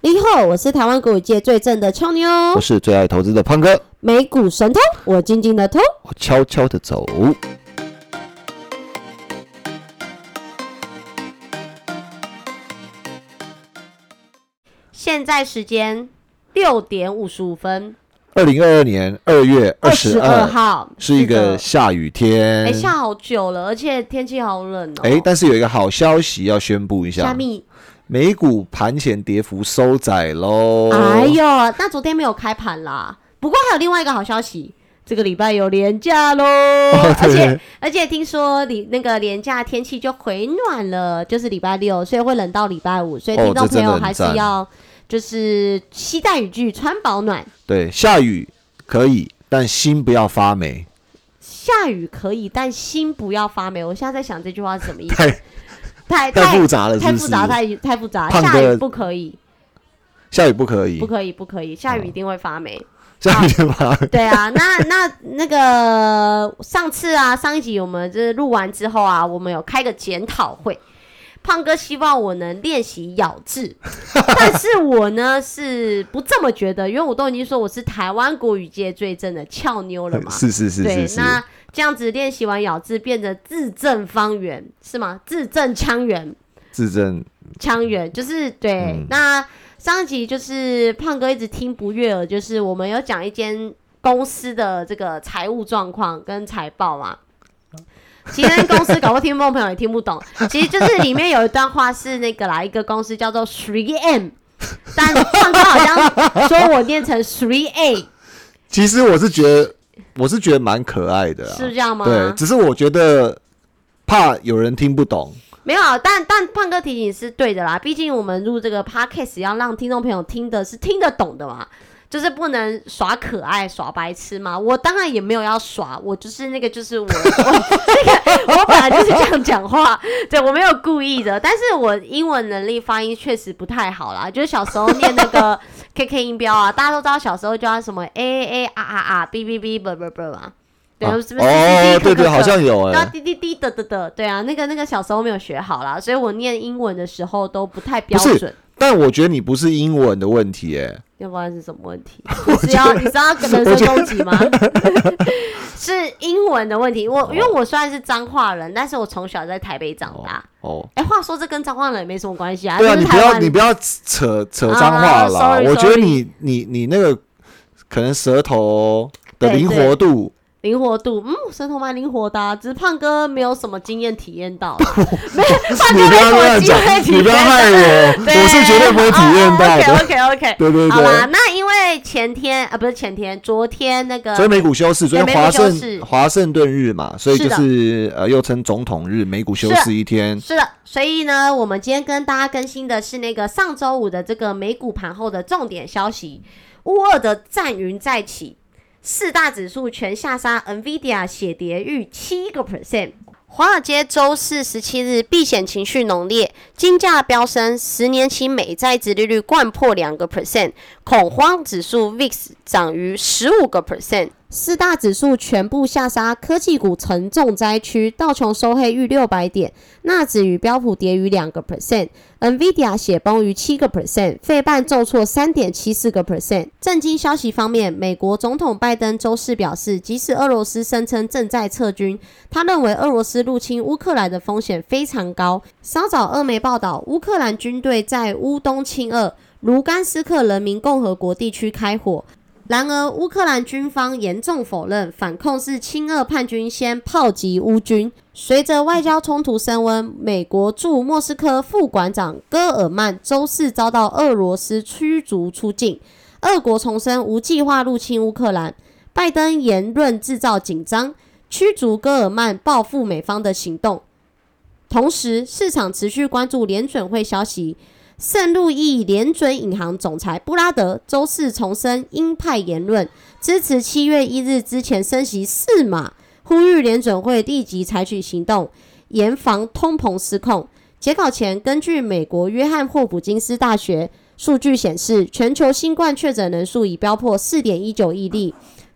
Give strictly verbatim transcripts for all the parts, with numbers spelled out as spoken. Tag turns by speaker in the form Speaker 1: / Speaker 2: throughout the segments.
Speaker 1: 零后，我是台湾股界最正的俏妞，
Speaker 2: 我是最爱投资的胖哥，
Speaker 1: 美股神偷，我静静的偷，
Speaker 2: 我悄悄的走。
Speaker 1: 现在时间六点五十五分。
Speaker 2: 二零二二年二月二十二
Speaker 1: 号
Speaker 2: 是一个下雨天，
Speaker 1: 哎，下好久了，而且天气好冷哦。
Speaker 2: 哎，但是有一个好消息要宣布一下，
Speaker 1: 虾米？
Speaker 2: 美股盘前跌幅收窄喽。
Speaker 1: 哎呦，那昨天没有开盘啦。不过还有另外一个好消息，这个礼拜有连假喽、哦，而且而且听说你那个连假天气就回暖了，就是礼拜六，所以会冷到礼拜五，所以听众朋友还是要就是携带雨具，穿保暖。
Speaker 2: 对，下雨可以，但心不要发霉。
Speaker 1: 下雨可以，但心不要发霉。我现在在想这句话是什么意思？
Speaker 2: 太
Speaker 1: 太
Speaker 2: 太复杂了是不是，
Speaker 1: 太复杂，太太复杂。下雨不可以，
Speaker 2: 下雨不可以，
Speaker 1: 不可以，不可以，下雨一定会发霉。
Speaker 2: 下雨一定会发霉。
Speaker 1: 对啊，那那那个上次啊，上一集我们就是录完之后啊，我们有开个检讨会。胖哥希望我能练习咬字，但是我呢是不这么觉得，因为我都已经说我是台湾国语界最正的俏妞了嘛。
Speaker 2: 是是是
Speaker 1: 对，
Speaker 2: 是是。
Speaker 1: 那这样子练习完咬字，变成字正方圆是吗？字正腔圆。
Speaker 2: 字正
Speaker 1: 腔圆就是对、嗯。那上一集就是胖哥一直听不悦耳，就是我们有讲一间公司的这个财务状况跟财报嘛。其实公司搞不好听众朋友也听不懂，其实就是里面有一段话是那个啦，一个公司叫做 three M， 但胖哥好像说我念成 three A。
Speaker 2: 其实我是觉得，我是觉得蛮可爱的、啊，
Speaker 1: 是这样吗？
Speaker 2: 对，只是我觉得怕有人听不懂。
Speaker 1: 没有，但但胖哥提醒是对的啦，毕竟我们录这个 podcast 要让听众朋友听的是听得懂的嘛。就是不能耍可爱耍白痴嘛，我当然也没有要耍，我就是那个就是我我那个我本来就是这样讲话，对，我没有故意的，但是我英文能力发音确实不太好啦，就是小时候念那个 K K 音标啊，大家都知道小时候叫什么 A A A 啊啊啊 B B B 不不不嘛。对，啊、是不是？
Speaker 2: 哦，对对，好像有哎、
Speaker 1: 欸。滴滴滴的的的，对啊，那个那个小时候没有学好啦，所以我念英文的时候都不太标准。
Speaker 2: 但我觉得你不是英文的问题哎、欸，
Speaker 1: 要不然是什么问题？你是要你是要人身攻击吗？是英文的问题。我、哦、因为我虽然是彰化人，但是我从小在台北长大。哦，哎、欸，话说这跟彰化人也没什么关系啊。
Speaker 2: 对啊，
Speaker 1: 就是、
Speaker 2: 你不要你不要扯扯彰化啦、啊。我觉得你你你那个可能舌头的灵活度。
Speaker 1: 灵活度，嗯，舌头蛮灵活的、啊，只是胖哥没有什么经验体验到，没有，胖哥没什么经验体验到，
Speaker 2: 你不要害我，我是绝对不会体验到的。
Speaker 1: 哦、OK OK OK，
Speaker 2: 对对对，
Speaker 1: 好啦，那因为前天啊，不是前天，昨天那个，
Speaker 2: 所以美股休市，昨天华盛华盛顿日嘛，所以就是呃，又称总统日，美股休市一天。
Speaker 1: 是的，所以呢，我们今天跟大家更新的是那个上周五的这个美股盘后的重点消息，乌俄的战云再起。四大指数全下杀 ，NVIDIA 血跌逾七个 percent。华尔街周四十七日避险情绪浓烈，金价飙升，十年期美债殖利率掼破两个 percent， 恐慌指数 V I X 涨逾十五个 percent。四大指数全部下杀，科技股沉重灾区，道琼收黑逾六百点，纳指与标普跌逾两个 percent，NVIDIA 血崩逾七个 percent， 费半重挫三点七四个 percent。震惊消息方面，美国总统拜登周四表示，即使俄罗斯声称正在撤军，他认为俄罗斯入侵乌克兰的风险非常高。稍早，俄媒报道，乌克兰军队在乌东亲俄卢甘斯克人民共和国地区开火。然而，乌克兰军方严重否认，反控是亲俄叛军先炮击乌军。随着外交冲突升温，美国驻莫斯科副馆长戈尔曼周四遭到俄罗斯驱逐出境。俄国重申无计划入侵乌克兰。拜登言论制造紧张，驱逐戈尔曼报复美方的行动。同时，市场持续关注联准会消息。圣路易联准银行总裁布拉德周四重申鹰派言论，支持七月一日之前升息四码，呼吁联准会立即采取行动，严防通膨失控。截稿前，根据美国约翰霍普金斯大学数据显示，全球新冠确诊人数已飙破 四点一九亿例，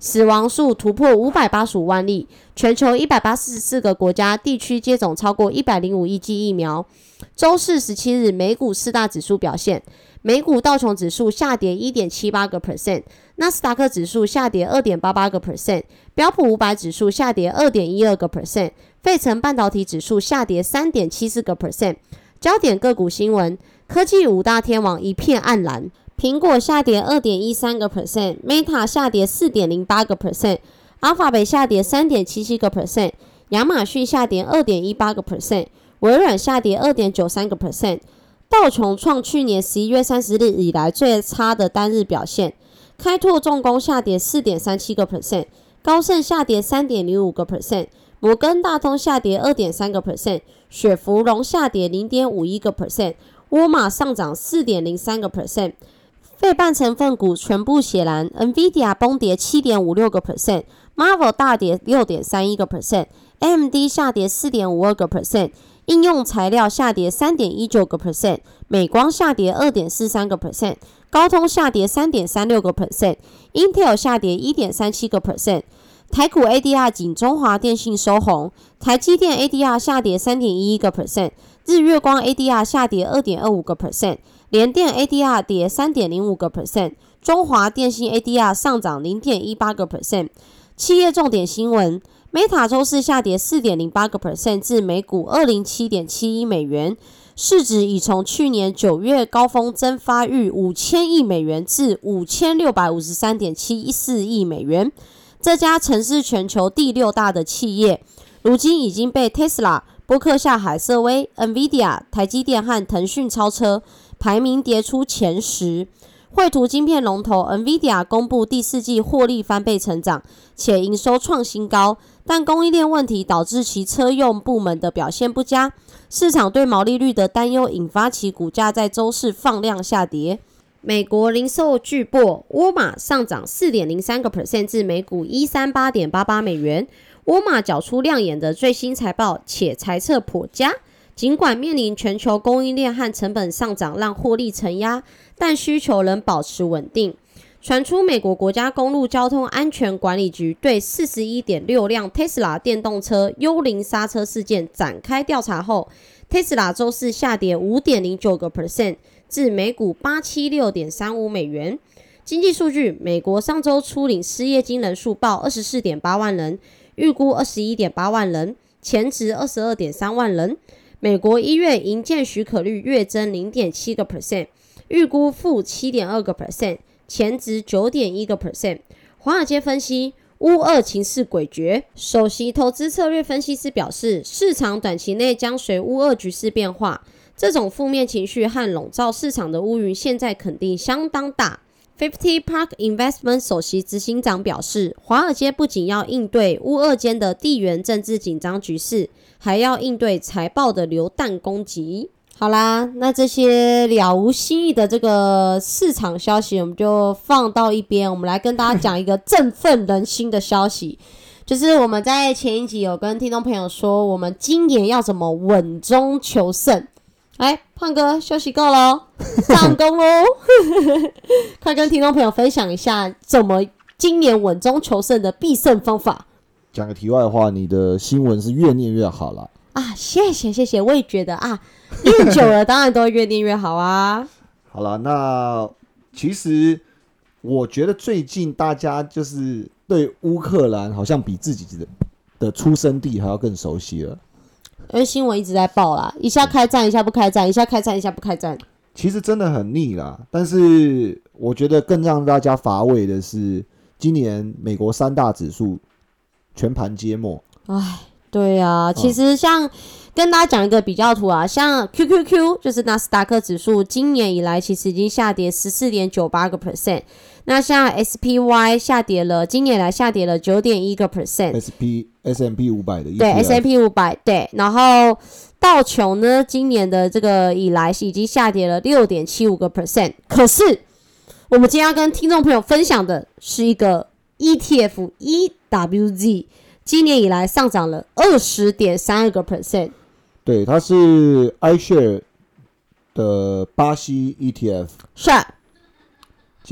Speaker 1: 死亡数突破五百八十五万例，全球一百八十四个国家地区接种超过一百零五亿剂疫苗。周四十七日美股四大指数表现，美股道琼指数下跌 一点七八个百分点， 纳斯达克指数下跌 二点八八个百分点， 标普五百指数下跌 二点一二个百分点， 费城半导体指数下跌 三点七四个百分点。焦点个股新闻，科技五大天王一片暗蓝，苹果下跌 二点一三个百分点， Meta 下跌 四点零八个百分点， Alphabet 下跌 三点七七个百分点， 亚马逊下跌 二点一八个百分点， 微软下跌 二点九三个百分点。道琼创去年十一月三十日以来最差的单日表现，开拓重工下跌 四点三七个百分点， 高盛下跌 三点零五个百分点， 摩根大通下跌 二点三个百分点， 雪佛龙下跌 零点五一个百分点， 沃尔玛上涨 四点零三个百分点。费半成分股全部血蓝， Nvidia 崩跌 七点五六个百分点， Marvel 大跌 六点三一个百分点， A M D 下跌 四点五二个百分点，应用材料下跌 三点一九个百分点， 美光下跌 二点四三个百分点， 高通下跌 三点三六个百分点， Intel 下跌 一点三七个百分点。台股 A D R 仅中华电信收红，台积电 A D R 下跌 三点一一个百分点， 日月光 A D R 下跌 二点二五个百分点， 联电 A D R 跌 三点零五个百分点， 中华电信 A D R 上涨 零点一八个百分点。企业重点新闻，Meta 周四下跌 四点零八个百分点至每股 二百零七点七一美元，市值已从去年九月高峰蒸发逾五千亿美元至 五千六百五十三点七四亿美元。这家曾是全球第六大的企业，如今已经被 Tesla、波克夏海瑟威、Nvidia、台积电和腾讯超车，排名跌出前十。绘图晶片龙头 Nvidia 公布第四季获利翻倍成长，且营收创新高，但供应链问题导致其车用部门的表现不佳，市场对毛利率的担忧引发其股价在周四放量下跌。美国零售巨擘沃尔玛上涨 四点零三个百分点至每股 一百三十八点八八美元。沃尔玛缴出亮眼的最新财报，且财测颇佳。尽管面临全球供应链和成本上涨让获利承压，但需求仍保持稳定。传出美国国家公路交通安全管理局对 四十一点六 辆 Tesla 电动车幽灵刹车事件展开调查后， Tesla 周四下跌 五点零九个百分点至每股 八百七十六点三五美元。经济数据，美国上周初领失业金人数报 二十四点八万人，预估 二十一点八万人，前值 二十二点三万人。美国一月营建许可率月增 零点七个百分点，预估负 七点二个百分点，前值 九点一个百分点。华尔街分析，乌俄情势诡谲，首席投资策略分析师表示，市场短期内将随乌俄局势变化，这种负面情绪和笼罩市场的乌云现在肯定相当大。Fifty Park Investment 首席执行长表示，华尔街不仅要应对乌俄间的地缘政治紧张局势，还要应对财报的流弹攻击。好啦，那这些了无新意的这个市场消息我们就放到一边，我们来跟大家讲一个振奋人心的消息。就是我们在前一集有跟听众朋友说，我们今年要怎么稳中求胜。来，胖哥休息够咯，上工咯快跟听众朋友分享一下怎么今年稳中求胜的必胜方法。
Speaker 2: 讲个题外话，你的新闻是越念越好啦。
Speaker 1: 啊，谢谢谢谢，我也觉得啊，念久了当然都会越念越好啊。
Speaker 2: 好了，那其实我觉得最近大家就是对乌克兰好像比自己的的出生地还要更熟悉了。
Speaker 1: 因为新闻一直在报啦，一下开战一下不开战，一下开战一下不开战，
Speaker 2: 其实真的很腻啦。但是我觉得更让大家乏味的是，今年美国三大指数全盘皆没。
Speaker 1: 哎，对啊，其实像、嗯、跟大家讲一个比较图啊，像 Q Q Q 就是纳斯达克指数，今年以来其实已经下跌 十四点九八个百分点。那像 S P Y 下跌了，今年来下跌了 九点一个百分点。
Speaker 2: S P S and P 五百的 E T F，
Speaker 1: 对 S and P 五百对，然后道琼呢，今年的这个以来已经下跌了 六点七五个百分点。可是我们今天要跟听众朋友分享的是一个 E T F E W Z， 今年以来上涨了 二十点三二个百分点。
Speaker 2: 对，它是 iShare 的巴西 E T F。
Speaker 1: 是。
Speaker 2: 其实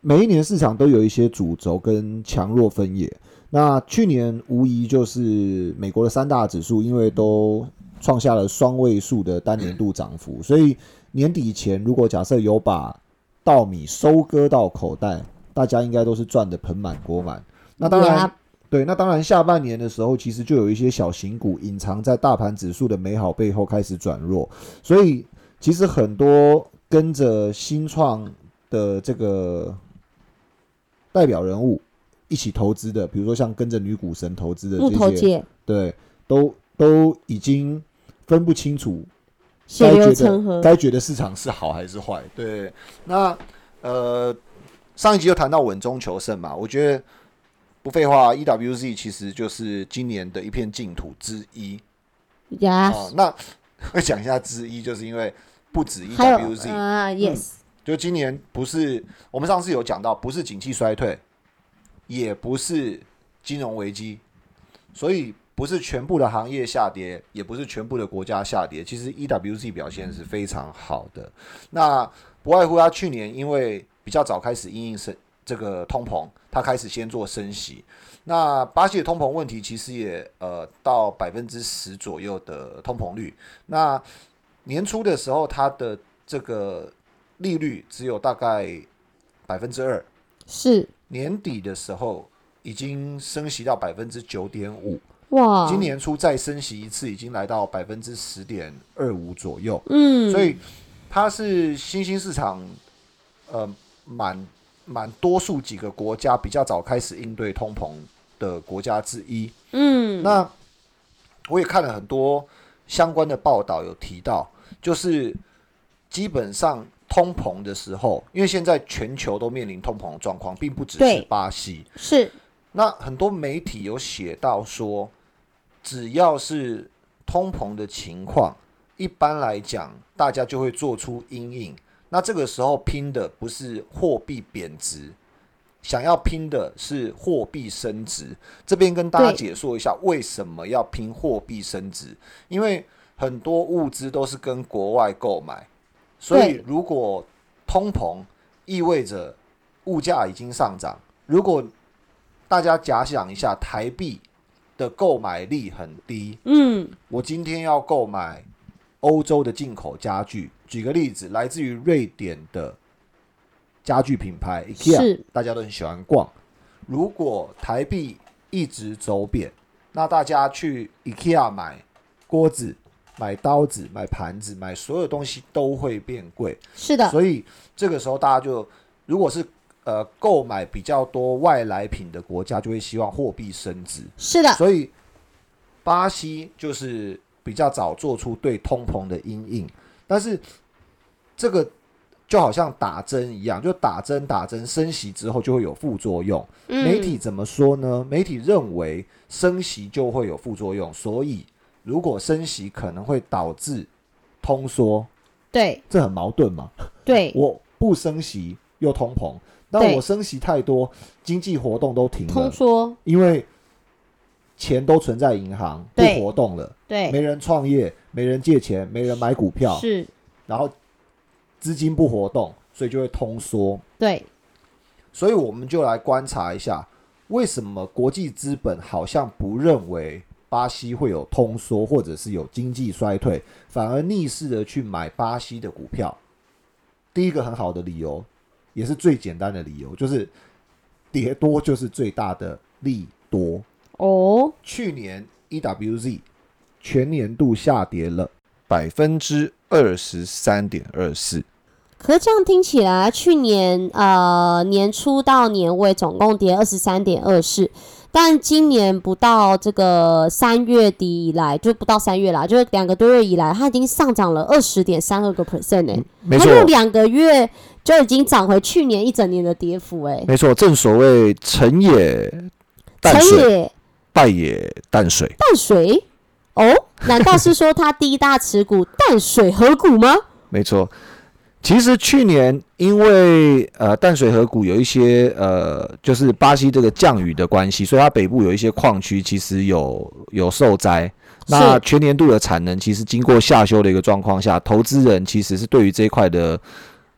Speaker 2: 每一年市场都有一些主轴跟强弱分野。那去年无疑就是美国的三大指数，因为都创下了双位数的单年度涨幅，所以年底前如果假设有把稻米收割到口袋，大家应该都是赚得盆满锅满。那当然， yeah. 对，那当然下半年的时候，其实就有一些小型股隐藏在大盘指数的美好背后开始转弱，所以其实很多跟着新创的这个代表人物一起投资的，比如说像跟着女股神投资的这些，木头姐，对，都都已经分不清楚该觉得该觉得市场是好还是坏。对，那呃上一集就谈到稳中求胜嘛，我觉得不废话 ，E W Z 其实就是今年的一片净土之一。
Speaker 1: Yes，、
Speaker 2: 哦、那会讲一下之一，就是因为不止 E W Z，
Speaker 1: 呃、uh, ，Yes，、嗯、
Speaker 2: 就今年不是我们上次有讲到，不是景气衰退，也不是金融危机，所以不是全部的行业下跌，也不是全部的国家下跌。其实 E W Z 表现是非常好的。那不外乎他去年因为比较早开始因应这个通膨，他开始先做升息。那巴西的通膨问题其实也呃到百分之十左右的通膨率。那年初的时候，它的这个利率只有大概百分之二，
Speaker 1: 是
Speaker 2: 年底的时候已经升息到百分之九点五。
Speaker 1: 哇！
Speaker 2: 今年初再升息一次，已经来到百分之十点二五左右。
Speaker 1: 嗯，
Speaker 2: 所以它是新兴市场，呃，蛮蛮多数几个国家比较早开始应对通膨的国家之一。
Speaker 1: 嗯，
Speaker 2: 那我也看了很多相关的报道，有提到，就是基本上通膨的时候，因为现在全球都面临通膨的状况，并不只是巴西。
Speaker 1: 是。
Speaker 2: 那很多媒体有写到说，只要是通膨的情况，一般来讲，大家就会做出因应。那这个时候拼的不是货币贬值，想要拼的是货币升值。这边跟大家解说一下，为什么要拼货币升值？因为很多物资都是跟国外购买，所以如果通膨意味着物价已经上涨，如果大家假想一下，台币的购买力很低。
Speaker 1: 嗯，
Speaker 2: 我今天要购买欧洲的进口家具，举个例子，来自于瑞典的家具品牌 IKEA， 大家都很喜欢逛。如果台币一直走贬，那大家去 IKEA 买锅子、买刀子、买盘子、买所有东西都会变贵。
Speaker 1: 是的，
Speaker 2: 所以这个时候大家就，如果是呃，购买比较多外来品的国家就会希望货币升值。
Speaker 1: 是的，
Speaker 2: 所以巴西就是比较早做出对通膨的因应，但是这个就好像打针一样，就打针打针升息之后就会有副作用。
Speaker 1: 嗯、
Speaker 2: 媒体怎么说呢？媒体认为升息就会有副作用，所以如果升息可能会导致通缩。
Speaker 1: 对，
Speaker 2: 这很矛盾嘛。
Speaker 1: 对，
Speaker 2: 我不升息又通膨。但我升息太多，经济活动都停了，
Speaker 1: 通缩，
Speaker 2: 因为钱都存在银行，不活动了，
Speaker 1: 对，
Speaker 2: 没人创业，没人借钱，没人买股票，
Speaker 1: 是，
Speaker 2: 然后资金不活动，所以就会通缩。
Speaker 1: 对，
Speaker 2: 所以我们就来观察一下，为什么国际资本好像不认为巴西会有通缩或者是有经济衰退，反而逆势的去买巴西的股票。第一个很好的理由，也是最简单的理由，就是跌多就是最大的利多。
Speaker 1: 哦，
Speaker 2: 去年 E W Z 全年度下跌了百分之二十三点二四。
Speaker 1: 可是这样听起来，去年呃年初到年尾总共跌二十三点二四，但今年不到这个三月底以来，就不到三月啦，就是两个多月以来，它已经上涨了二十点三二个 percent 哎，
Speaker 2: 没错，
Speaker 1: 它用两个月就已经涨回去年一整年的跌幅哎、欸。
Speaker 2: 没错，正所谓成也淡水，败也淡水。
Speaker 1: 淡水？哦，难道是说它第一大持股淡水河谷吗？
Speaker 2: 没错。其实去年因为呃淡水河谷有一些呃就是巴西这个降雨的关系，所以它北部有一些矿区其实有有受灾。那全年度的产能其实经过下修的一个状况下，投资人其实是对于这一块的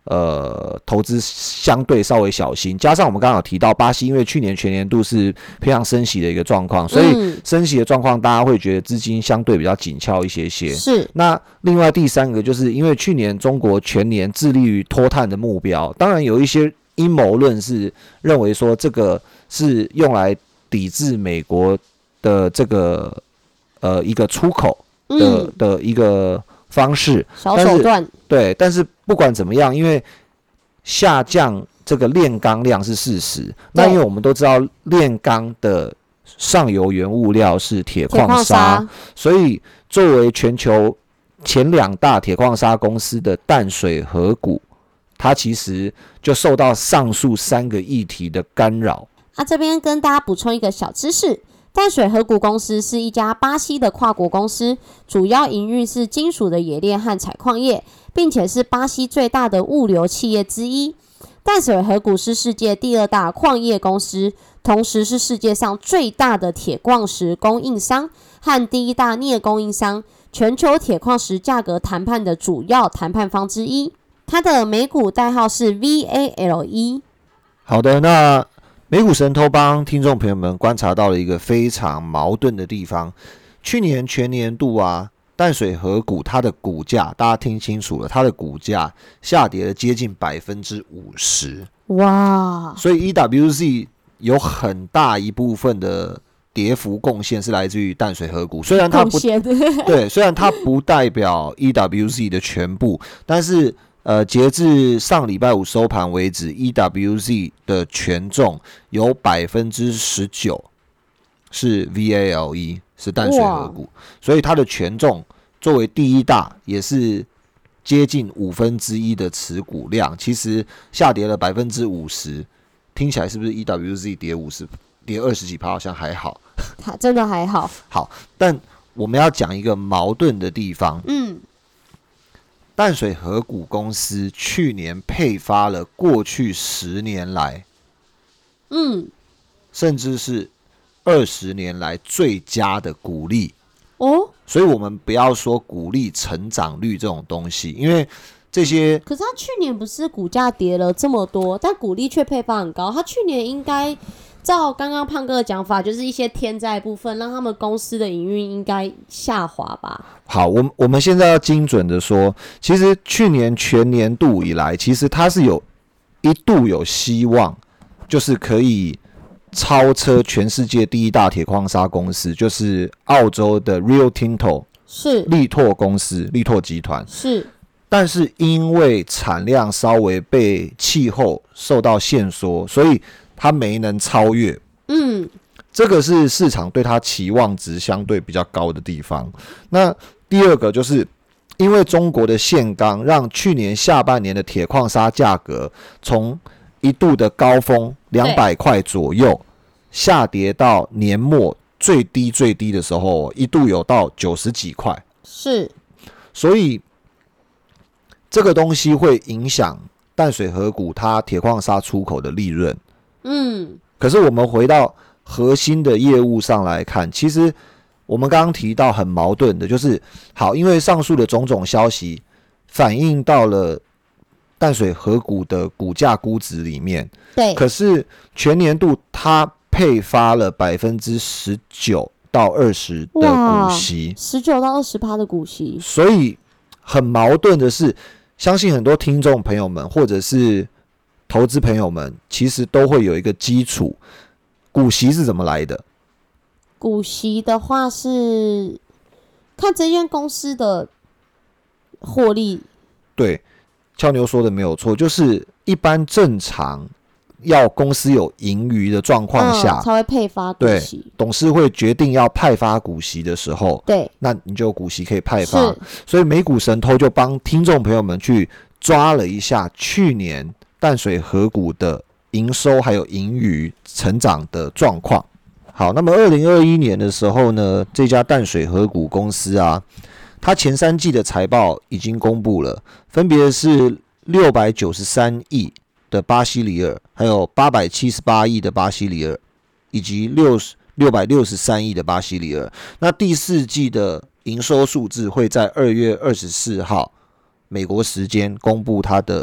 Speaker 2: 呃投资相对稍微小心，加上我们刚刚有提到巴西，因为去年全年度是非常升息的一个状况，所以升息的状况大家会觉得资金相对比较紧俏一些些。
Speaker 1: 是。
Speaker 2: 那另外第三个就是因为去年中国全年致力于脱碳的目标，当然有一些阴谋论是认为说这个是用来抵制美国的这个呃一个出口的、嗯、的一个方式，
Speaker 1: 小手段。
Speaker 2: 对，但是不管怎么样，因为下降这个炼钢量是事实，那因为我们都知道炼钢的上游原物料是铁矿砂，所以作为全球前两大铁矿砂公司的淡水河谷，它其实就受到上述三个议题的干扰。
Speaker 1: 啊，这边跟大家补充一个小知识，淡水河谷公司是一家巴西的跨国公司，主要营运是金属的冶炼和采矿业，并且是巴西最大的物流企业之一。淡水河谷是世界第二大矿业公司，同时是世界上最大的铁矿石供应商和第一大镍供应商，全球铁矿石价格谈判的主要谈判方之一。它的美股代号是 V A L E。
Speaker 2: 好的，那美股神偷帮听众朋友们观察到了一个非常矛盾的地方，去年全年度啊，淡水河谷它的股价，大家听清楚了，它的股价下跌了接近百分之五十，
Speaker 1: 哇！
Speaker 2: 所以 E W Z 有很大一部分的跌幅贡献是来自于淡水河谷，虽然它不对，虽然它不代表 E W Z 的全部，但是呃，截至上礼拜五收盘为止 ，E W Z 的权重有百分之十九是 V A L E， 是淡水河谷，所以它的权重作为第一大，也是接近五分之一的持股量，其实下跌了百分之五十，听起来是不是 E W Z 跌五十、跌二十几%好像还好？
Speaker 1: 它真的还好。
Speaker 2: 好，但我们要讲一个矛盾的地方，
Speaker 1: 嗯。
Speaker 2: 淡水河谷公司去年配发了过去十年来，
Speaker 1: 嗯，
Speaker 2: 甚至是二十年来最佳的股利
Speaker 1: 哦。
Speaker 2: 所以我们不要说股利成长率这种东西，因为这些，
Speaker 1: 可是他去年不是股价跌了这么多，但股利却配发很高。他去年应该照刚刚胖哥的讲法，就是一些天灾部分让他们公司的营运应该下滑吧。
Speaker 2: 好，我我们现在要精准的说，其实去年全年度以来，其实它是有一度有希望，就是可以超车全世界第一大铁矿砂公司，就是澳洲的 Rio Tinto，
Speaker 1: 是
Speaker 2: 力拓公司、力拓集团
Speaker 1: 是。
Speaker 2: 但是因为产量稍微被气候受到限缩，所以它没能超越。
Speaker 1: 嗯，
Speaker 2: 这个是市场对它期望值相对比较高的地方。那第二个就是因为中国的限钢，让去年下半年的铁矿砂价格从一度的高峰两百块左右，下跌到年末最低最低的时候，一度有到九十几块。
Speaker 1: 是，
Speaker 2: 所以这个东西会影响淡水河谷它铁矿砂出口的利润。
Speaker 1: 嗯，
Speaker 2: 可是我们回到核心的业务上来看，其实我们刚刚提到很矛盾的，就是好，因为上述的种种消息反映到了淡水河谷的股价估值里面，
Speaker 1: 对，
Speaker 2: 可是全年度它配发了百分之十九到二十的股息，
Speaker 1: 十九到二十趴的股息，
Speaker 2: 所以很矛盾的是，相信很多听众朋友们或者是投资朋友们，其实都会有一个基础，股息是怎么来的？
Speaker 1: 股息的话是看这间公司的获利。
Speaker 2: 对，俏妞说的没有错，就是一般正常要公司有盈余的状况下、
Speaker 1: 嗯、才会配发股息。
Speaker 2: 对，董事会决定要派发股息的时候，
Speaker 1: 对，
Speaker 2: 那你就有股息可以派发。所以美股神偷就帮听众朋友们去抓了一下去年淡水河谷的营收还有盈余成长的状况。好，那么二零二一年的时候呢，这家淡水河谷公司啊，它前三季的财报已经公布了，分别是六百九十三亿的巴西里尔，还有八百七十八亿的巴西里尔，以及六百六十三亿的巴西里尔。那第四季的营收数字会在二月二十四号美国时间公布它的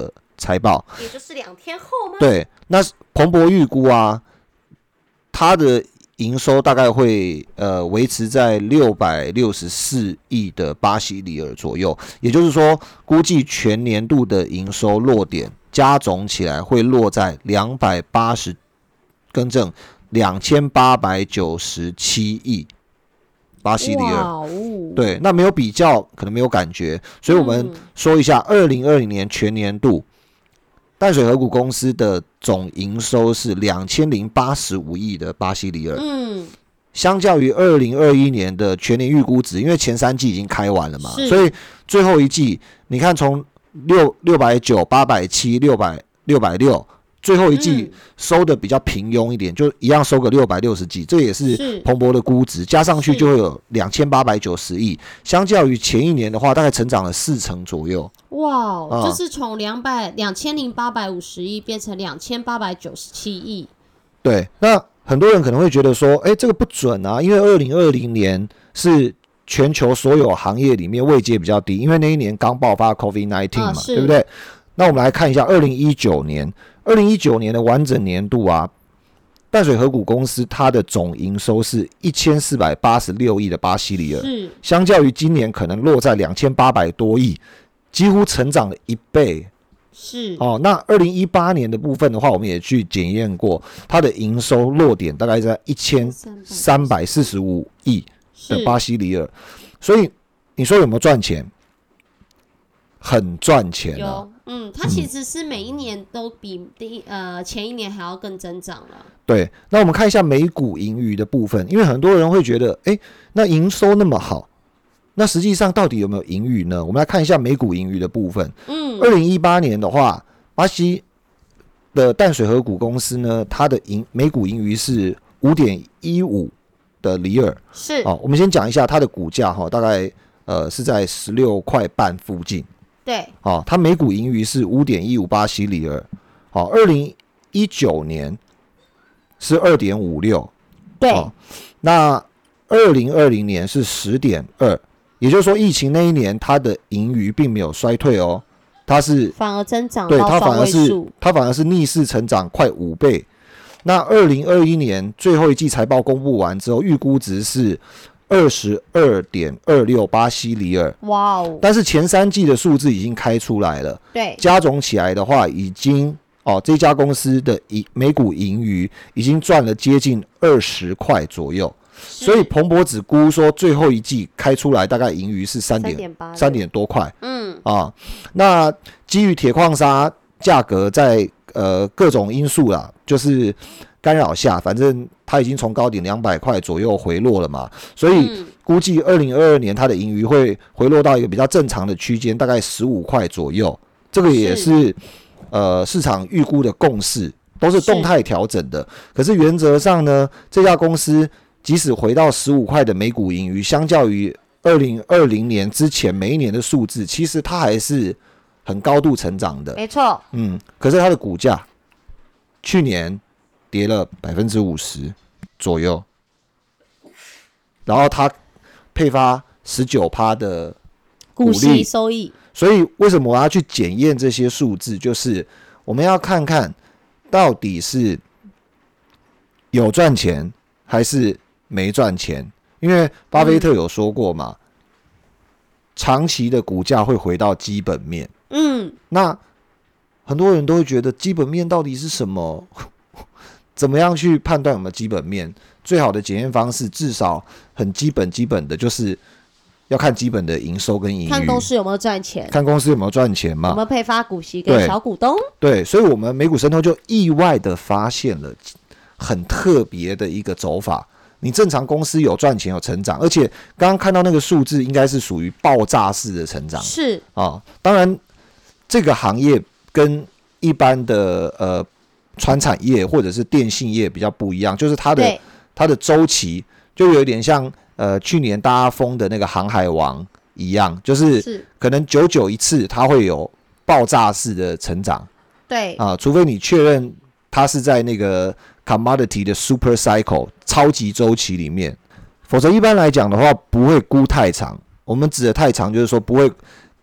Speaker 2: 财报，
Speaker 1: 也就是两天后吗？
Speaker 2: 对，那彭博预估啊，它的营收大概会呃维持在六百六十四亿的巴西里尔左右，也就是说，估计全年度的营收落点加总起来会落在两百八十，更正两千八百九十七亿巴西里尔。
Speaker 1: 哦、
Speaker 2: 对，那没有比较，可能没有感觉，所以我们说一下，二零二零年全年度。淡水河谷公司的总营收是两千零八十五亿的巴西里尔，
Speaker 1: 嗯，
Speaker 2: 相较于二零二一年的全年预估值，因为前三季已经开完了嘛，所以最后一季你看从六六百九、八百七、六百六百六，最后一季收的比较平庸一点，嗯、就一样收个六百六十几，这也是彭博的估值，加上去就会有两千八百九十亿，相较于前一年的话，大概成长了四成左右。
Speaker 1: 哇，嗯、就是从两百两千零八百五十亿变成两千八百九十七亿。
Speaker 2: 对，那很多人可能会觉得说，哎，这个不准啊，因为二零二零年是全球所有行业里面位阶比较低，因为那一年刚爆发 COVID 十九 嘛，嗯、对不对？那我们来看一下二零一九年，二零一九年的完整年度啊，淡水河谷公司它的总营收是一千四百八十六亿的巴西里尔，相较于今年可能落在两千八百多亿。几乎成长了一倍，
Speaker 1: 是
Speaker 2: 哦。那二零一八年的部分的话，我们也去检验过，它的营收落点大概在一千三百四十五亿的巴西里尔，所以你说有没有赚钱？很赚钱啊！
Speaker 1: 有，嗯，它其实是每一年都比第呃前一年还要更增长了。
Speaker 2: 对，那我们看一下每股盈余的部分，因为很多人会觉得，哎，那营收那么好。那实际上到底有没有盈余呢？我们来看一下每股盈余的部分。嗯，二零一八年的话，巴西的淡水河谷公司呢，它的盈每股盈余是五点一五的里尔。
Speaker 1: 是
Speaker 2: 哦，我们先讲一下它的股价哈，大概呃是在十六块半附近。
Speaker 1: 对，
Speaker 2: 哦，它每股盈余是五点一五巴西里尔。好、哦，二零一九年是二点五六。
Speaker 1: 对，
Speaker 2: 哦、那二零二零年是十点二。也就是说，疫情那一年，它的盈余并没有衰退哦，它是
Speaker 1: 反而增长
Speaker 2: 对，
Speaker 1: 到双位数，
Speaker 2: 它反而是它反而是逆势成长快五倍。那二零二一年最后一季财报公布完之后，预估值是二十二点二六巴西里尔，
Speaker 1: 哇哦！
Speaker 2: 但是前三季的数字已经开出来了，
Speaker 1: 对，
Speaker 2: 加总起来的话，已经哦这家公司的每股盈余已经赚了接近二十块左右。所以彭博只估说最后一季开出来大概盈余是三点三点多块，嗯啊，那基于铁矿砂价格在呃各种因素啦，就是干扰下，反正它已经从高点两百块左右回落了嘛，所以估计二零二二年它的盈余会回落到一个比较正常的区间，大概十五块左右，这个也是呃市场预估的共识，都是动态调整的。可是原则上呢，这家公司即使回到十五块的每股盈余，相较于二零二零年之前每一年的数字，其实它还是很高度成长的。
Speaker 1: 没错，
Speaker 2: 嗯，可是它的股价去年跌了百分之五十左右，然后它配发十九趴的股利
Speaker 1: 股息收益。
Speaker 2: 所以为什么我要去检验这些数字？就是我们要看看到底是有赚钱还是没赚钱，因为巴菲特有说过嘛，嗯、长期的股价会回到基本面。嗯，那很多人都会觉得基本面到底是什么？怎么样去判断有没有基本面？最好的检验方式，至少很基本基本的，就是要看基本的营收跟盈余，
Speaker 1: 看公司有没有赚钱，
Speaker 2: 看公司有没有赚钱嘛，
Speaker 1: 有没有配发股息给小股东。
Speaker 2: 对，所以我们美股神偷就意外的发现了很特别的一个走法。你正常公司有赚钱有成长，而且刚刚看到那个数字应该是属于爆炸式的成长，
Speaker 1: 是
Speaker 2: 啊、哦。当然，这个行业跟一般的呃传产业或者是电信业比较不一样，就是它的它的周期就有点像呃去年大家封的那个航海王一样，就是可能久久一次它会有爆炸式的成长，
Speaker 1: 对
Speaker 2: 啊、呃，除非你确认它是在那个 commodity 的 super cycle 超级周期里面，否则一般来讲的话不会估太长。我们指的太长就是说不会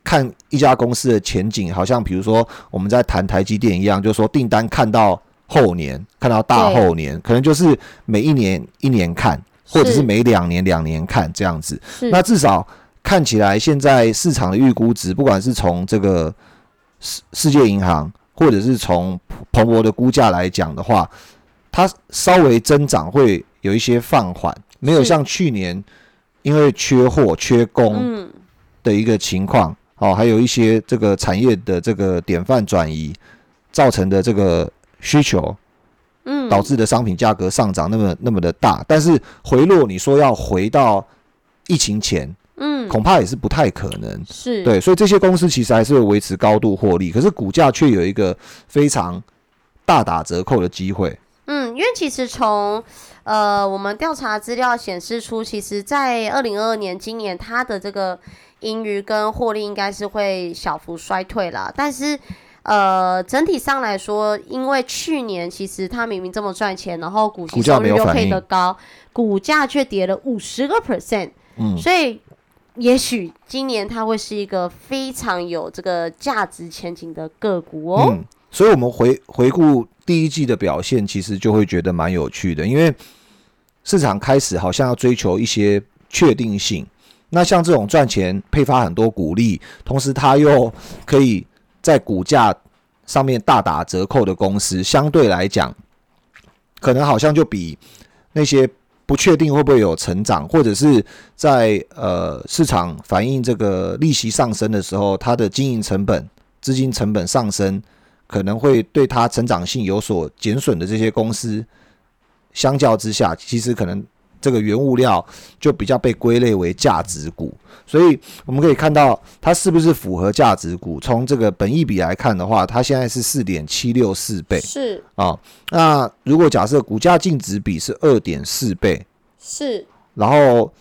Speaker 2: 看一家公司的前景，好像比如说我们在谈台积电一样，就是说订单看到后年，看到大后年，可能就是每一年一年看，或者是每两年两年看这样子。那至少看起来现在市场的预估值，不管是从这个世界银行，或者是从彭博的估价来讲的话，它稍微增长会有一些放缓，没有像去年因为缺货缺工的一个情况、嗯哦、还有一些这个产业的这个典范转移造成的这个需求，嗯，导致的商品价格上涨那么那么的大，但是回落你说要回到疫情前，嗯，恐怕也是不太可能，是对，所以这些公司其实还是会维持高度获利，可是股价却有一个非常大打折扣的机会。
Speaker 1: 嗯，因为其实从呃我们调查资料显示出，其实在二零二二年今年它的这个盈余跟获利应该是会小幅衰退啦，但是呃整体上来说，因为去年其实它明明这么赚钱，然后股息收益又配得高，股价却跌了 百分之五十 嗯，所以也许今年它会是一个非常有这个价值前景的个股哦。
Speaker 2: 嗯，所以我们回回顾第一季的表现，其实就会觉得蛮有趣的，因为市场开始好像要追求一些确定性。那像这种赚钱、配发很多股利，同时它又可以在股价上面大打折扣的公司，相对来讲，可能好像就比那些不确定会不会有成长，或者是在呃市场反映这个利息上升的时候，它的经营成本、资金成本上升，可能会对它成长性有所减损的这些公司，相较之下，其实可能这个原物料就比较被归类为价值股，所以我们可以看到它是不是符合价值股。从这个本益比来看的话，它现在是 四点七六四 倍，
Speaker 1: 是
Speaker 2: 啊。那如果假设股价净值比是 二点四 倍，
Speaker 1: 是，
Speaker 2: 然后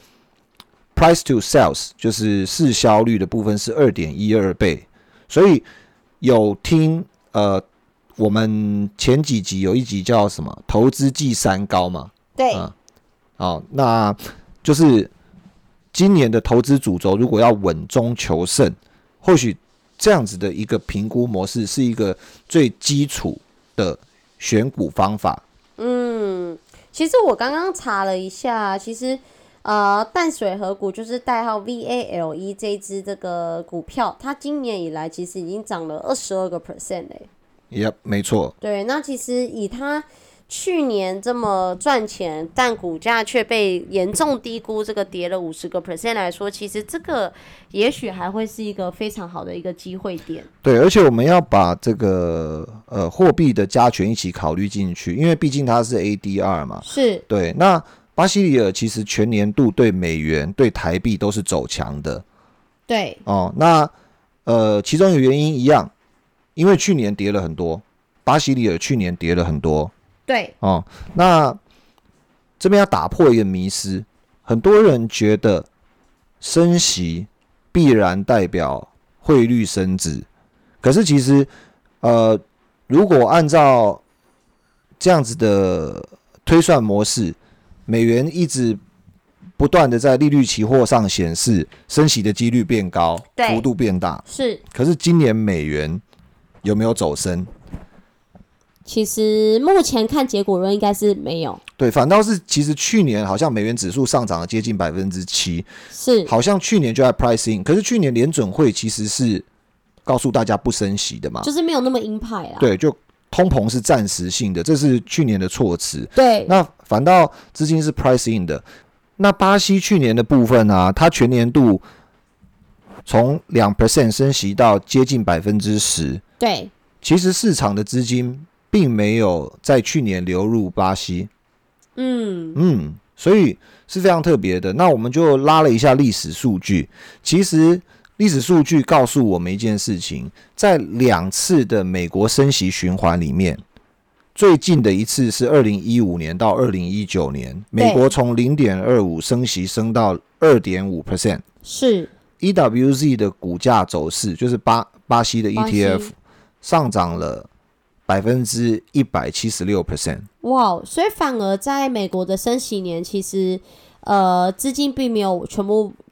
Speaker 2: price to sales 就是市销率的部分是 二点一二 倍，所以有听呃我们前几集有一集叫什么投资绩三高嘛，
Speaker 1: 对。
Speaker 2: 啊哦，那就是今年的投资主轴，如果要稳中求胜，或许这样子的一个评估模式是一个最基础的选股方法。
Speaker 1: 嗯，其实我刚刚查了一下，其实呃淡水河谷就是代号 V A L E 这一支这个股票，它今年以来其实已经涨了 百分之二十二 嘞。
Speaker 2: Yep， 没错。
Speaker 1: 对，那其实以它去年这么赚钱，但股价却被严重低估，这个跌了 百分之五十 来说，其实这个也许还会是一个非常好的一个机会点。
Speaker 2: 对，而且我们要把这个呃货币的加权一起考虑进去，因为毕竟它是 A D R 嘛。
Speaker 1: 是。
Speaker 2: 对，那巴西里尔其实全年度对美元、对台币都是走强的。
Speaker 1: 对。
Speaker 2: 哦，那呃其中有原因一样，因为去年跌了很多，巴西里尔去年跌了很多。
Speaker 1: 对
Speaker 2: 哦，那这边要打破一个迷思，很多人觉得升息必然代表汇率升值，可是其实呃，如果按照这样子的推算模式，美元一直不断的在利率期货上显示升息的几率变高，幅度变大，
Speaker 1: 是。
Speaker 2: 可是今年美元有没有走升？
Speaker 1: 其实目前看结果论应该是没有，
Speaker 2: 对，反倒是其实去年好像美元指数上涨了接近百分之七，
Speaker 1: 是
Speaker 2: 好像去年就在 price in， 可是去年联准会其实是告诉大家不升息的嘛，
Speaker 1: 就是没有那么鹰派啦。
Speaker 2: 对，就通膨是暂时性的，这是去年的措辞。
Speaker 1: 对，
Speaker 2: 那反倒资金是 price in 的。那巴西去年的部分啊，它全年度从 百分之二 升息到接近 百分之十，
Speaker 1: 对，
Speaker 2: 其实市场的资金并没有在去年流入巴西，嗯嗯，所以是非常特别的。那我们就拉了一下历史数据，其实历史数据告诉我们一件事情，在两次的美国升息循环里面，最近的一次是二零一五年到二零一九年，美国从 零点二五 升息升到 二点五 percent，
Speaker 1: 是
Speaker 2: E W Z 的股价走势，就是 巴, 巴西的 E T F 上涨了百分之一百七十六 percent，
Speaker 1: 哇！所以反而在美国的升息年，其实呃资金并没有全部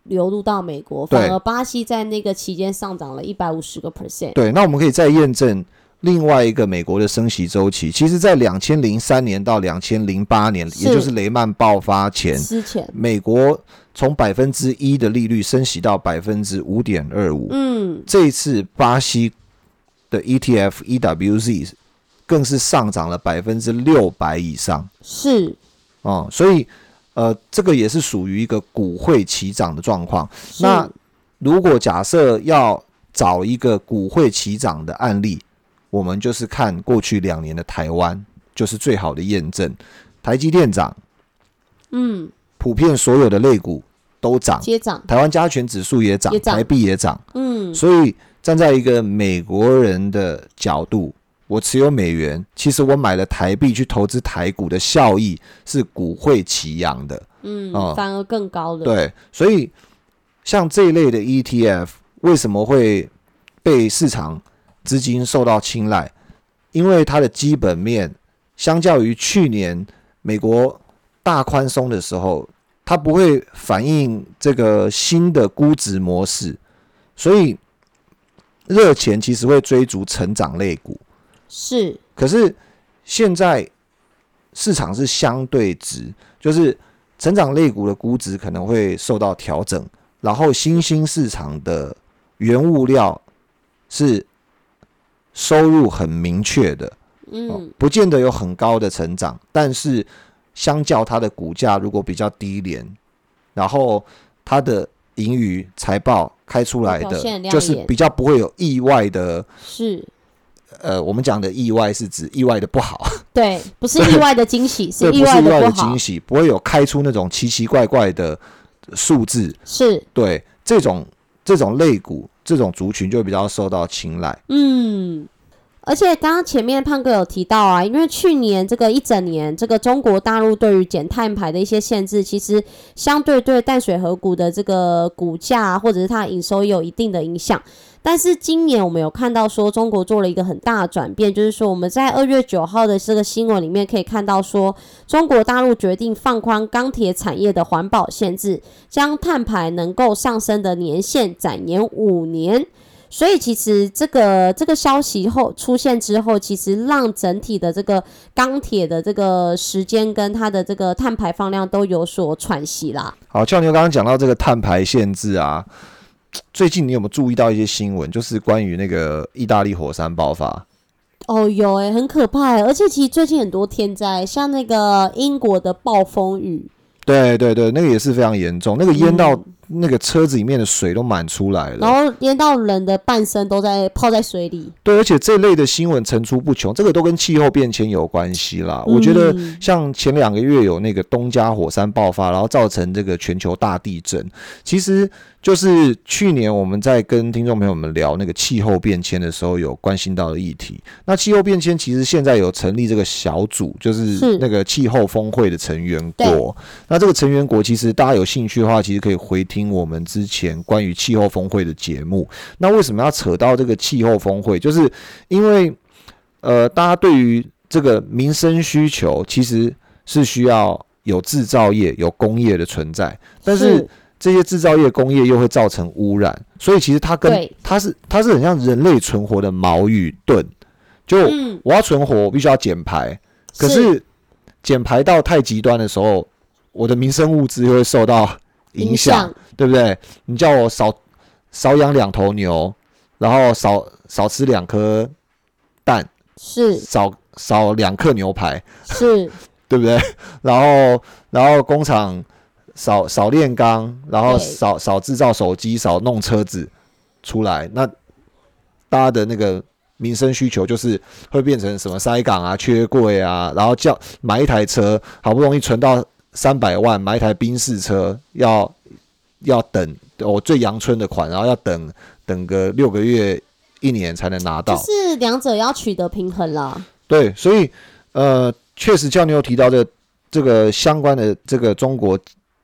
Speaker 1: 流入到美国，反而巴西在那个期间上涨了 百分之一百五十。
Speaker 2: 对，那我们可以再验证另外一个美国的升息周期，其实在二零零三年到二零零八年，也就是雷曼爆发前，
Speaker 1: 之前
Speaker 2: 美国从百分之一的利率升息到百分之五点二五。
Speaker 1: 嗯，
Speaker 2: 这一次巴西的 E T F E W Z 更是上涨了百分之六百以上。
Speaker 1: 是，
Speaker 2: 哦、嗯，所以呃，这个也是属于一个股汇齐涨的状况。那如果假设要找一个股汇齐涨的案例，我们就是看过去两年的台湾，就是最好的验证。台积电涨，
Speaker 1: 嗯，
Speaker 2: 普遍所有的类股都涨，
Speaker 1: 接涨，
Speaker 2: 台湾加权指数也涨，台币也涨，
Speaker 1: 嗯，
Speaker 2: 所以站在一个美国人的角度，我持有美元，其实我买了台币去投资台股的效益是股汇齐扬的，
Speaker 1: 嗯，嗯，反而更高的。
Speaker 2: 对，所以像这一类的 E T F 为什么会被市场资金受到青睐？因为它的基本面相较于去年美国大宽松的时候，它不会反映这个新的估值模式，所以热钱其实会追逐成长类股。
Speaker 1: 是，
Speaker 2: 可是现在市场是相对值，就是成长类股的估值可能会受到调整，然后新兴市场的原物料是收入很明确的，
Speaker 1: 嗯、哦，
Speaker 2: 不见得有很高的成长，但是相较它的股价如果比较低廉，然后它的盈余财报开出来的就是比较不会有意外的，
Speaker 1: 是，
Speaker 2: 呃，我们讲的意外是指意外的不好，
Speaker 1: 对，不是意外的惊喜，是意
Speaker 2: 外的不好，不是意外的
Speaker 1: 惊
Speaker 2: 喜，不会有开出那种奇奇怪怪的数字，
Speaker 1: 是，
Speaker 2: 对，这种这种类股。这种族群就比较受到青睐。
Speaker 1: 嗯，而且刚刚前面胖哥有提到啊，因为去年这个一整年，这个中国大陆对于减碳排的一些限制，其实相对对淡水河谷的这个股价或者是它的营收也有一定的影响。但是今年我们有看到说中国做了一个很大的转变，就是说我们在二月九号的这个新闻里面可以看到说，中国大陆决定放宽钢铁产业的环保限制，将碳排能够上升的年限展延五年。所以其实这个这个消息后出现之后，其实让整体的这个钢铁的这个时间跟它的这个碳排放量都有所喘息啦。
Speaker 2: 好，俏妞刚刚讲到这个碳排限制啊，最近你有没有注意到一些新闻，就是关于那个意大利火山爆发？
Speaker 1: 哦，有诶、欸，很可怕、欸，而且其实最近很多天灾，像那个英国的暴风雨，
Speaker 2: 对对对，那个也是非常严重，那个淹到那个车子里面的水都满出来了，
Speaker 1: 然后淹到人的半身都在泡在水里。
Speaker 2: 对，而且这类的新闻层出不穷，这个都跟气候变迁有关系啦。嗯、我觉得像前两个月有那个东加火山爆发，然后造成这个全球大地震，其实就是去年我们在跟听众朋友们聊那个气候变迁的时候有关心到的议题。那气候变迁其实现在有成立这个小组，就是那个气候峰会的成员国。那这个成员国其实大家有兴趣的话，其实可以回听我们之前关于气候峰会的节目。那为什么要扯到这个气候峰会？就是因为呃，大家对于这个民生需求其实是需要有制造业、有工业的存在，但是这些制造业、工业又会造成污染，所以其实它跟它是它是很像人类存活的矛与盾。就我要存活，我必须要减排，可是减排到太极端的时候，我的民生物资会受到影响，对不对？你叫我少少养两头牛，然后少少吃两颗蛋，
Speaker 1: 是
Speaker 2: 少少两克牛排，
Speaker 1: 是，对
Speaker 2: 不对？然后然后工厂少少炼钢，然后少少制造手机，少弄车子出来，那大家的那个民生需求就是会变成什么塞港啊、缺柜啊，然后叫买一台车，好不容易存到三百万买一台宾士车，要要等我、哦、最阳春的款，然后要等等个六个月、一年才能拿到，
Speaker 1: 就是两者要取得平衡啦。
Speaker 2: 对，所以呃，确实，叫你有提到的这个相关的这个中国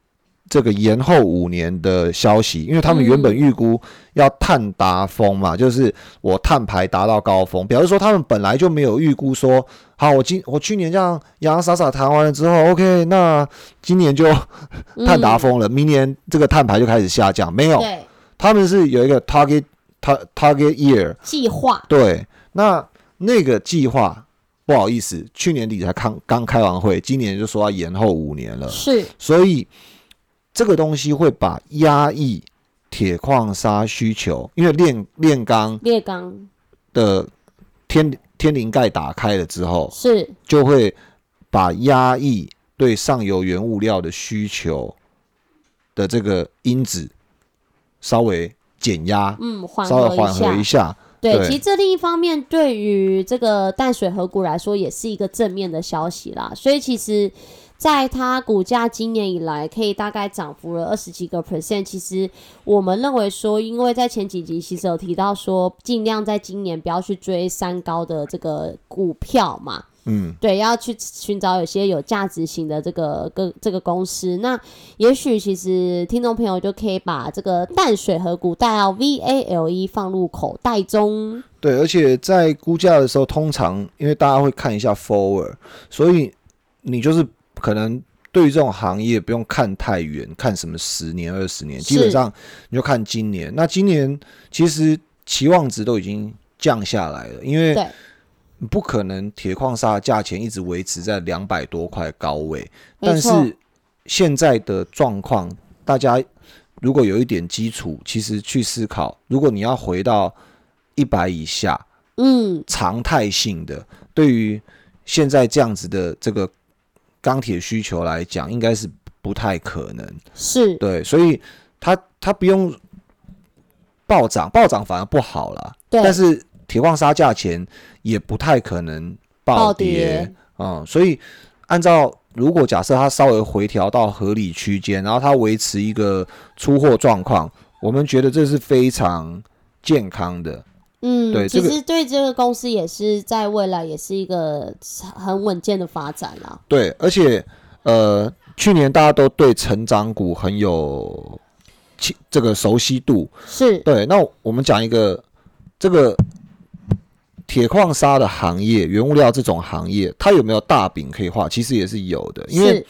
Speaker 2: 这个延后五年的消息，因为他们原本预估要碳达峰嘛，嗯、就是我碳排达到高峰，表示说他们本来就没有预估说，好，我今我去年这样洋洋洒洒谈完了之后 ，OK， 那今年就碳达峰了，嗯、明年这个碳排就开始下降，没有，他们是有一个 target target year
Speaker 1: 计划，
Speaker 2: 对，那那个计划不好意思，去年底才刚刚开完会，今年就说要延后五年了，
Speaker 1: 是，
Speaker 2: 所以。这个东西会把压抑铁矿砂需求，因为炼炼钢
Speaker 1: 炼钢
Speaker 2: 的天天灵盖打开了之后，
Speaker 1: 是
Speaker 2: 就会把压抑对上游原物料的需求的这个因子稍微减压，
Speaker 1: 嗯，缓
Speaker 2: 稍微缓和一下。
Speaker 1: 对，
Speaker 2: 对，
Speaker 1: 其实这另一方面对于这个淡水河谷来说也是一个正面的消息啦，所以其实在它股价今年以来可以大概涨幅了二十几个 percent， 其实我们认为说，因为在前几集其实有提到说，尽量在今年不要去追三高的这个股票嘛，嗯，对，要去寻找有些有价值型的这个个这个公司。那也许其实听众朋友就可以把这个淡水河谷带到 V A L E 放入口袋中。
Speaker 2: 对，而且在估价的时候，通常因为大家会看一下 forward， 所以你就是可能对于这种行业不用看太远，看什么十年、二十年，基本上你就看今年。那今年其实期望值都已经降下来了，因为不可能铁矿砂的价钱一直维持在两百多块高位。但是现在的状况，大家如果有一点基础，其实去思考，如果你要回到一百以下，嗯，常态性的，对于现在这样子的这个钢铁需求来讲，应该是不太可能，
Speaker 1: 是
Speaker 2: 对，所以它它不用暴涨，暴涨反而不好啦。但是铁矿砂价钱也不太可能暴跌，暴跌嗯，所以按照如果假设它稍微回调到合理区间，然后它维持一个出货状况，我们觉得这是非常健康的。
Speaker 1: 嗯，对，其实对这个公司也是在未来也是一个很稳健的发展啦。
Speaker 2: 对，而且呃，去年大家都对成长股很有这个熟悉度，
Speaker 1: 是
Speaker 2: 对。那我们讲一个这个铁矿砂的行业，原物料这种行业，它有没有大饼可以画？其实也是有的，因为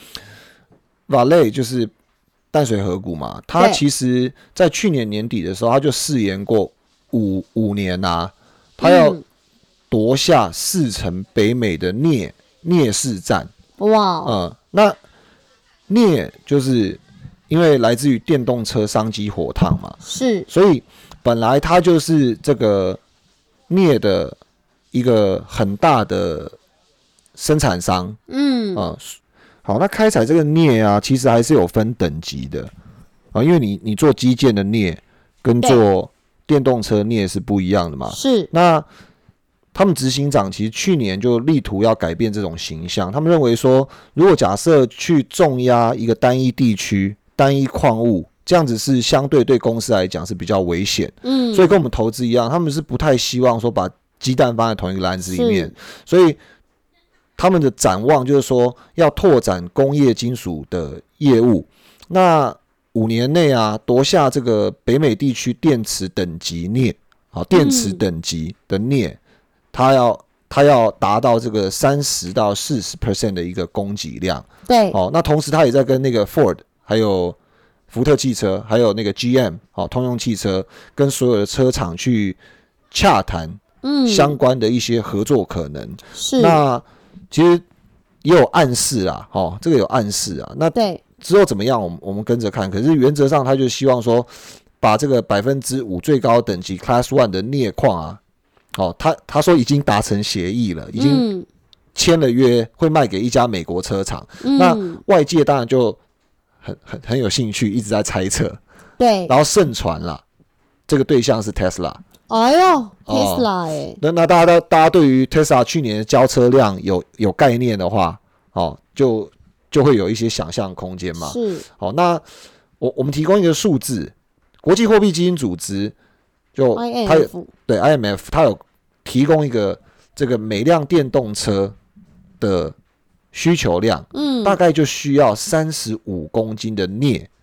Speaker 2: Vale 就是淡水河谷嘛，它其实在去年年底的时候，它就誓言过。五五年啊，他要夺下四成北美的镍镍市占。
Speaker 1: 哇，
Speaker 2: 嗯，那镍就是因为来自于电动车商机火烫嘛，
Speaker 1: 是，
Speaker 2: 所以本来它就是这个镍的一个很大的生产商。嗯，嗯好，那开采这个镍啊，其实还是有分等级的啊，因为你你做基建的镍跟做电动车镍是不一样的嘛？
Speaker 1: 是。
Speaker 2: 那他们执行长其实去年就力图要改变这种形象。他们认为说，如果假设去重压一个单一地区、单一矿物，这样子是相对对公司来讲是比较危险。嗯。所以跟我们投资一样，他们是不太希望说把鸡蛋放在同一个篮子里面。所以他们的展望就是说，要拓展工业金属的业务。那五年内啊，夺下这个北美地区电池等级镍，好，电池等级的镍，嗯、它要它要达到这个三十到四十 percent 的一个供给量。
Speaker 1: 对，
Speaker 2: 哦，那同时它也在跟那个 Ford 还有福特汽车，还有那个 G M 好，通用汽车，跟所有的车厂去洽谈相关的一些合作可能。嗯、是，那其实也有暗示啊，哦，这个有暗示啊，那对。之后怎么样？我们我们跟着看。可是原则上，他就希望说，把这个百分之五最高等级 Class One 的镍矿啊，哦，他他说已经达成协议了，已经签了约，会卖给一家美国车厂。嗯、那外界当然就很很很有兴趣，一直在猜测。
Speaker 1: 对，
Speaker 2: 然后盛传啦，这个对象是 Tesla。
Speaker 1: 哎呦 ，Tesla 哎、欸，
Speaker 2: 那那大家大家对于 Tesla 去年的交车量有有概念的话，哦，就。就会有一些想象空间嘛。
Speaker 1: 是，
Speaker 2: 好，那我我们提供一个数字，国际货币基金组织就
Speaker 1: I M F
Speaker 2: 对 I M F 它有提供一个这个每辆电动车的需求量，嗯，大概就需要三十五公斤的镍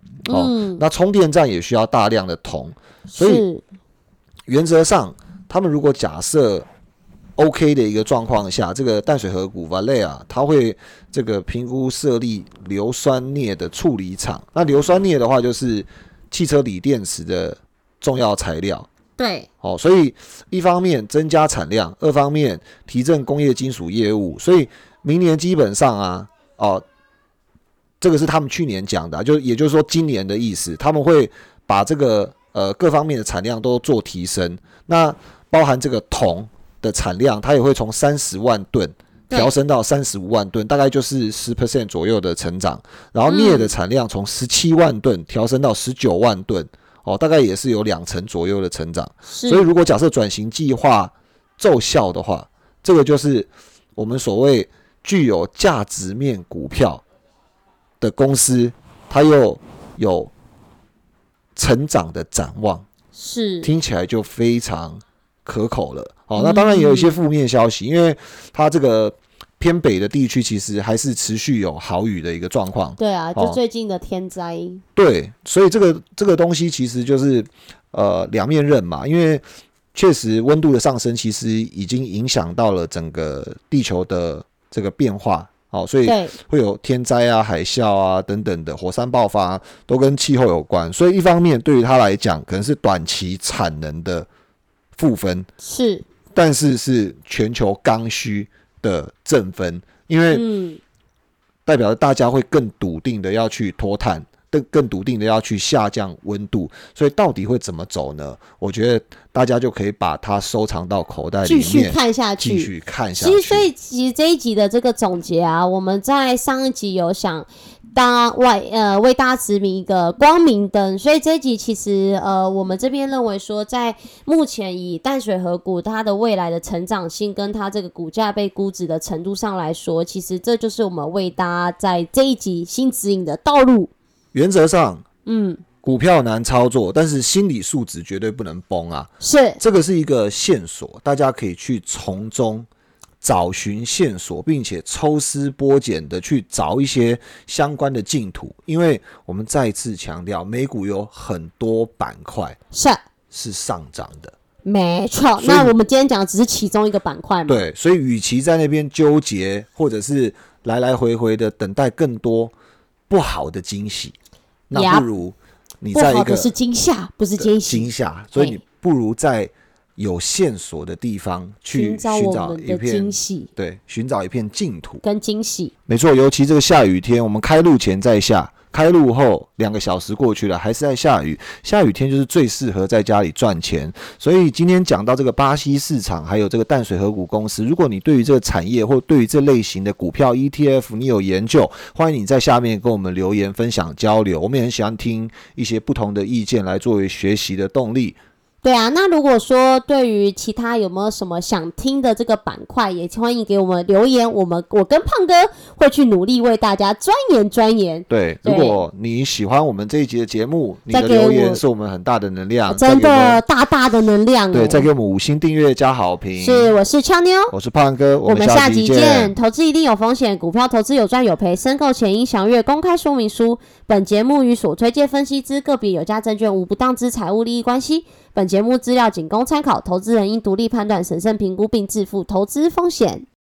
Speaker 2: 哦、
Speaker 1: 嗯，
Speaker 2: 那充电站也需要大量的铜，所以原则上他们如果假设 OK 的一个状况下，这个淡水河谷 Valea 它会这个评估设立硫酸镍的处理厂。那硫酸镍的话，就是汽车锂电池的重要材料。
Speaker 1: 对，
Speaker 2: 哦，所以一方面增加产量，二方面提振工业金属业务。所以明年基本上啊，哦，这个是他们去年讲的、啊，就也就是说今年的意思，他们会把这个呃各方面的产量都做提升。那包含这个铜的产量，它也会从三十万吨调升到三十五万吨，大概就是十 percent 左右的成长。然后镍的产量从十七万吨调升到十九万吨。哦，大概也是有两成左右的成长，所以如果假设转型计划奏效的话，这个就是我们所谓具有价值面股票的公司，它又有成长的展望，
Speaker 1: 是
Speaker 2: 听起来就非常可口了。哦，那当然也有一些负面消息，因为它这个偏北的地区其实还是持续有豪雨的一个状况。
Speaker 1: 对啊，就最近的天灾。哦、
Speaker 2: 对，所以这个这个东西其实就是呃两面刃嘛，因为确实温度的上升其实已经影响到了整个地球的这个变化。哦，所以会有天灾啊、海啸啊等等的火山爆发、啊，都跟气候有关。所以一方面对于他来讲，可能是短期产能的负分，是，但是是全球刚需的正分，因为代表着大家会更笃定的要去脱碳，更更笃定的要去下降温度，所以到底会怎么走呢？我觉得大家就可以把它收藏到口袋里面，继续看下去，继续看下去。
Speaker 1: 其实，所以其实这一集的这个总结啊，我们在上一集有想当外呃为大家指明一个光明灯，所以这一集其实呃我们这边认为说，在目前以淡水河谷它的未来的成长性跟它这个股价被估值的程度上来说，其实这就是我们为大家在这一集新指引的道路。
Speaker 2: 原则上，嗯，股票难操作，但是心理素质绝对不能崩啊！
Speaker 1: 是，
Speaker 2: 这个是一个线索，大家可以去从中找寻线索，并且抽丝剥茧的去找一些相关的净土。因为我们再次强调，美股有很多板块
Speaker 1: 是
Speaker 2: 是上涨的，
Speaker 1: 没错。那我们今天讲的只是其中一个板块嘛？
Speaker 2: 对，所以与其在那边纠结，或者是来来回回的等待更多不好的惊喜。那不如你在一个
Speaker 1: 不好的是惊吓，不是惊喜。
Speaker 2: 惊吓，所以你不如在有线索的地方去寻找一片惊喜，对，寻找一片净土
Speaker 1: 跟惊喜。
Speaker 2: 没错，尤其这个下雨天，我们开录前在下，开录后两个小时过去了，还是在下雨。下雨天就是最适合在家里赚钱。所以今天讲到这个巴西市场，还有这个淡水河谷公司，如果你对于这个产业或对于这类型的股票 E T F 你有研究，欢迎你在下面跟我们留言分享交流。我们也很喜欢听一些不同的意见来作为学习的动力。
Speaker 1: 对啊，那如果说对于其他有没有什么想听的这个板块，也欢迎给我们留言，我们我跟胖哥会去努力为大家钻研钻研。
Speaker 2: 对，如果你喜欢我们这一集的节目，你的留言是我们很大的能量，
Speaker 1: 真的大大的能量。
Speaker 2: 对，再给我们五星订阅加好评。
Speaker 1: 是，我是俏妞，
Speaker 2: 我是胖哥，
Speaker 1: 我们下集见。投资一定有风险，股票投资有赚有赔，申购前应详阅公开说明书。本节目与所推荐分析之个别有价证券无不当之财务利益关系。本节目资料仅供参考，投资人应独立判断、审慎评估并自负投资风险。